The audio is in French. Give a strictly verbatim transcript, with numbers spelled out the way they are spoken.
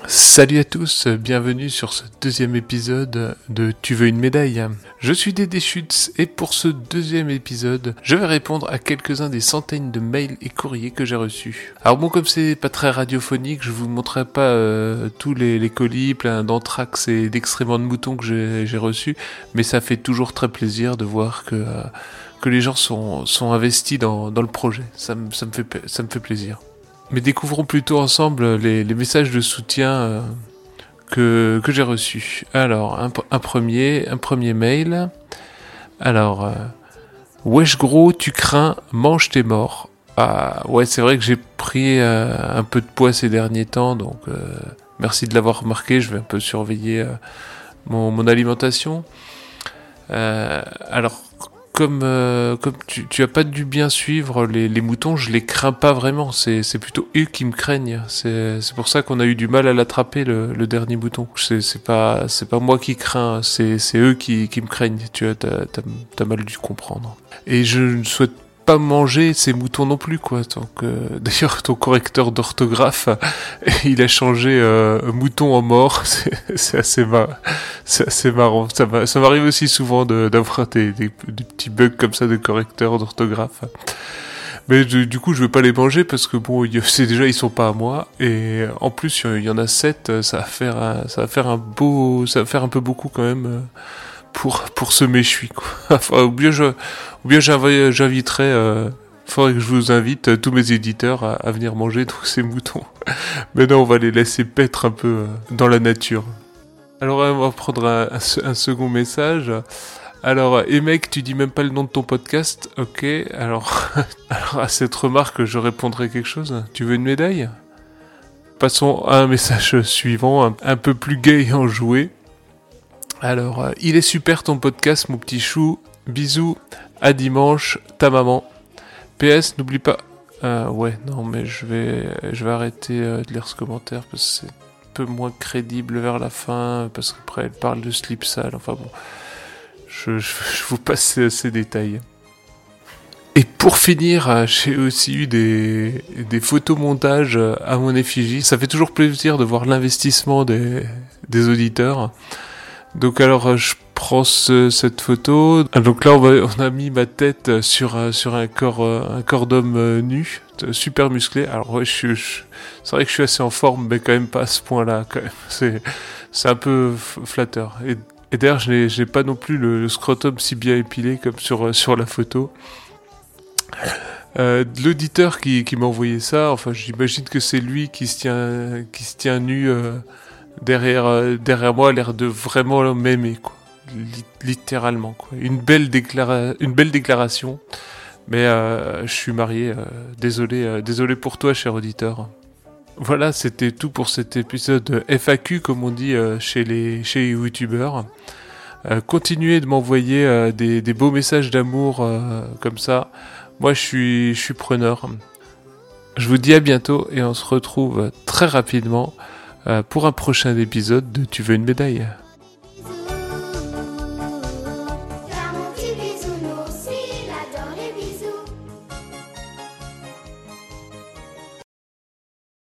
Salut à tous, bienvenue sur ce deuxième épisode de Tu veux une médaille. Je suis Dédé Schutz et pour ce deuxième épisode, je vais répondre à quelques-uns des centaines de mails et courriers que j'ai reçus. Alors bon, comme c'est pas très radiophonique, je vous montrerai pas euh, tous les, les colis pleins d'anthrax et d'excréments de moutons que j'ai, j'ai reçus, mais ça fait toujours très plaisir de voir que, euh, que les gens sont, sont investis dans, dans le projet. Ça me, ça me fait, ça me fait plaisir. Mais découvrons plutôt ensemble les, les messages de soutien euh, que, que j'ai reçus. Alors, un, un premier, un premier mail. Alors, euh, wesh gros, tu crains, mange tes morts. Ah, ouais, c'est vrai que j'ai pris euh, un peu de poids ces derniers temps, donc euh, merci de l'avoir remarqué. Je vais un peu surveiller euh, mon, mon alimentation. Euh, alors, Comme, euh, comme tu, tu as pas dû bien suivre les, les moutons, je les crains pas vraiment. C'est, c'est plutôt eux qui me craignent. C'est, c'est pour ça qu'on a eu du mal à l'attraper le, le dernier mouton. C'est, c'est pas, c'est pas moi qui crains. C'est, c'est eux qui, qui me craignent. Tu as, t'as, t'as, t'as mal dû comprendre. Et je ne souhaite pas manger ces moutons non plus, quoi. Donc, euh, d'ailleurs, ton correcteur d'orthographe, il a changé euh, mouton en mort. C'est, c'est assez marrant. C'est assez marrant. Ça, m'a, ça m'arrive aussi souvent de, d'avoir des, des, des petits bugs comme ça de correcteur d'orthographe. Mais du, du coup, je vais pas les manger parce que bon, y, c'est déjà ils sont pas à moi et en plus il y, y en a sept. Ça va faire, un, ça va faire un beau, ça va faire un peu beaucoup quand même pour pour ce méchoui, quoi. Enfin, ou bien je, ou bien j'inv- j'inviterai. Euh, faudrait que je vous invite euh, tous mes éditeurs à, à venir manger tous ces moutons. Mais non, on va les laisser paître un peu euh, dans la nature. Alors on va prendre un, un, un second message. Alors, et mec, tu dis même pas le nom de ton podcast, ok. Alors, alors à cette remarque, je répondrai quelque chose. Tu veux une médaille ? Passons à un message suivant, un, un peu plus gai et enjoué. Alors, euh, il est super ton podcast, mon petit chou. Bisous, à dimanche, ta maman. P S, n'oublie pas... Euh, ouais, non, mais je vais, je vais arrêter euh, de lire ce commentaire parce que c'est peu moins crédible vers la fin, parce qu'après elle parle de slip sale, enfin bon, je, je, je vous passe ces, ces détails. Et pour finir, j'ai aussi eu des, des photomontages à mon effigie. Ça fait toujours plaisir de voir l'investissement des, des auditeurs. Donc alors je prends ce, cette photo. Donc là on, va, on a mis ma tête sur, sur un corps, un corps d'homme nu, super musclé. Alors ouais, je, je, c'est vrai que je suis assez en forme, mais quand même pas à ce point-là. Quand même. C'est, c'est un peu flatteur. Et, et d'ailleurs je n'ai, je n'ai pas non plus le, le scrotum si bien épilé comme sur, sur la photo. Euh, l'auditeur qui, qui m'a envoyé ça, enfin j'imagine que c'est lui qui se tient, qui se tient nu. Euh, Derrière, euh, derrière moi, a l'air de vraiment m'aimer, quoi. Li- littéralement, quoi. Une belle, déclara- une belle déclaration. Mais euh, je suis marié. Euh, désolé, euh, désolé pour toi, cher auditeur. Voilà, c'était tout pour cet épisode F A Q, comme on dit euh, chez les chez les youtubeurs. Euh, continuez de m'envoyer euh, des, des beaux messages d'amour euh, comme ça. Moi, je suis, je suis preneur. Je vous dis à bientôt et on se retrouve très rapidement. Euh, pour un prochain épisode de Tu veux une médaille ?